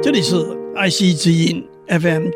这里是爱惜之音 FM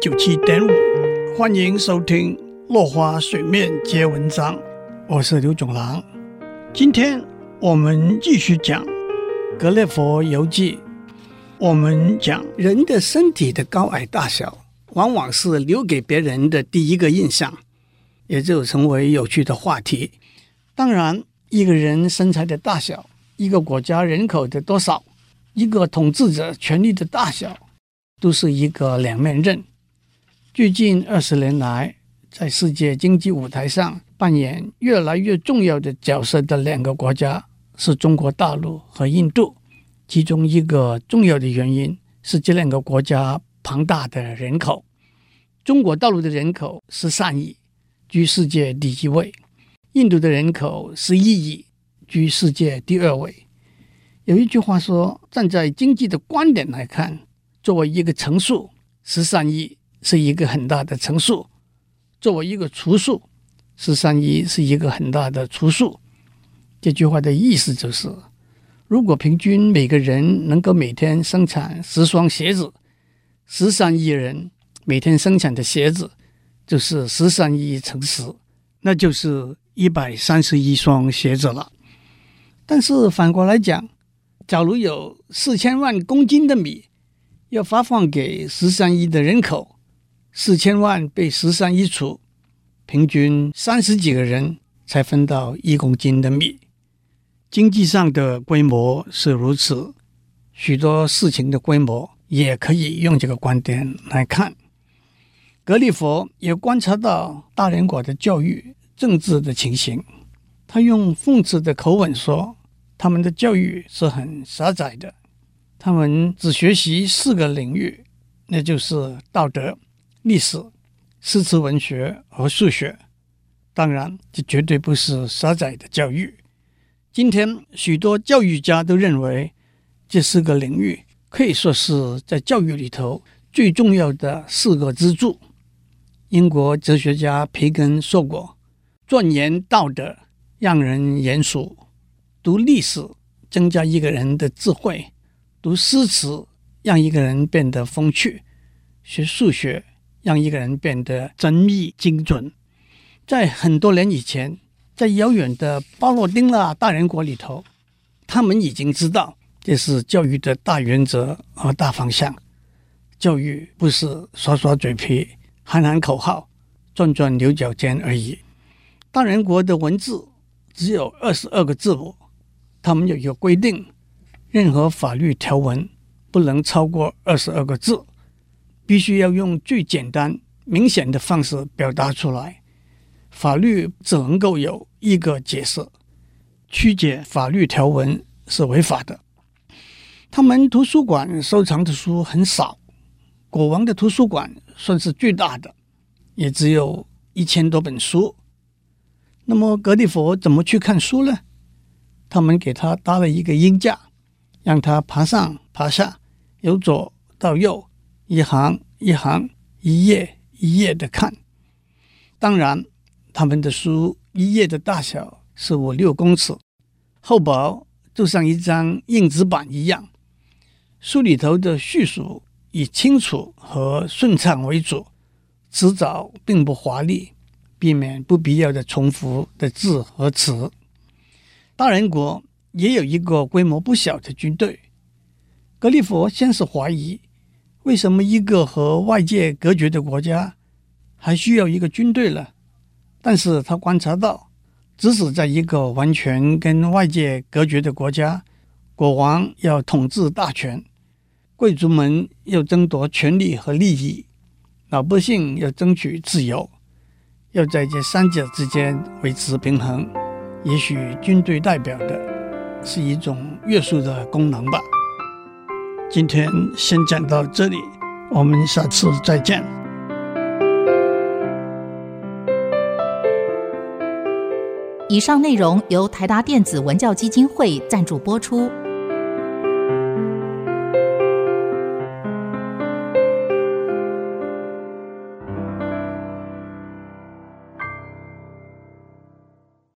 97.5，欢迎收听落花水面皆文章，我是刘总郎。今天我们继续讲格列佛游记。我们讲人的身体的高矮大小往往是留给别人的第一个印象，也就成为有趣的话题。当然，一个人身材的大小，一个国家人口的多少，一个统治者权力的大小，都是一个两面刃。最近20年来，在世界经济舞台上扮演越来越重要的角色的两个国家是中国大陆和印度。其中一个重要的原因是这两个国家庞大的人口。中国大陆的人口13亿，居世界第1位；印度的人口11亿，居世界第2位。有一句话说，站在经济的观点来看，作为一个乘数，13亿是一个很大的乘数；作为一个除数，13亿是一个很大的除数。这句话的意思就是，如果平均每个人能够每天生产10双鞋子，13亿人每天生产的鞋子就是13亿乘10，那就是131双鞋子了。但是反过来讲，假如有4000万公斤的米要发放给13亿的人口，4000万被13亿除，平均30几个人才分到1公斤的米。经济上的规模是如此，许多事情的规模也可以用这个观点来看。格列佛也观察到大人国的教育政治的情形，他用讽刺的口吻说，他们的教育是很狭窄的，他们只学习4个领域，那就是道德、历史、诗词文学和数学。当然，这绝对不是狭窄的教育。今天许多教育家都认为，这4个领域可以说是在教育里头最重要的4个支柱。英国哲学家培根说过，钻研道德让人严肃，读历史增加一个人的智慧，读诗词让一个人变得风趣，学数学让一个人变得缜密精准。在很多年以前，在遥远的巴洛丁纳大人国里头，他们已经知道这是教育的大原则和大方向。教育不是耍耍嘴皮、喊喊口号、转转牛角尖而已。大人国的文字只有22个字母，他们有一个规定，任何法律条文不能超过22个字，必须要用最简单明显的方式表达出来。法律只能够有一个解释，曲解法律条文是违法的。他们图书馆收藏的书很少，国王的图书馆算是最大的，也只有1000多本书。那么格列佛怎么去看书呢？他们给他搭了一个鹰架，让他爬上爬下，由左到右，一行一行，一页一页的看。当然，他们的书一页的大小是5-6公尺，厚薄就像一张硬纸板一样。书里头的叙述以清楚和顺畅为主，词藻并不华丽，避免不必要的重复的字和词。大人国也有一个规模不小的军队。格列佛先是怀疑，为什么一个和外界隔绝的国家还需要一个军队呢？但是他观察到，即使在一个完全跟外界隔绝的国家，国王要统治大权，贵族们要争夺权力和利益，老百姓要争取自由，要在这3者之间维持平衡，也许军队代表的是一种约束的功能吧。今天先讲到这里，我们下次再见。 以上内容由台达电子文教基金会赞助播出。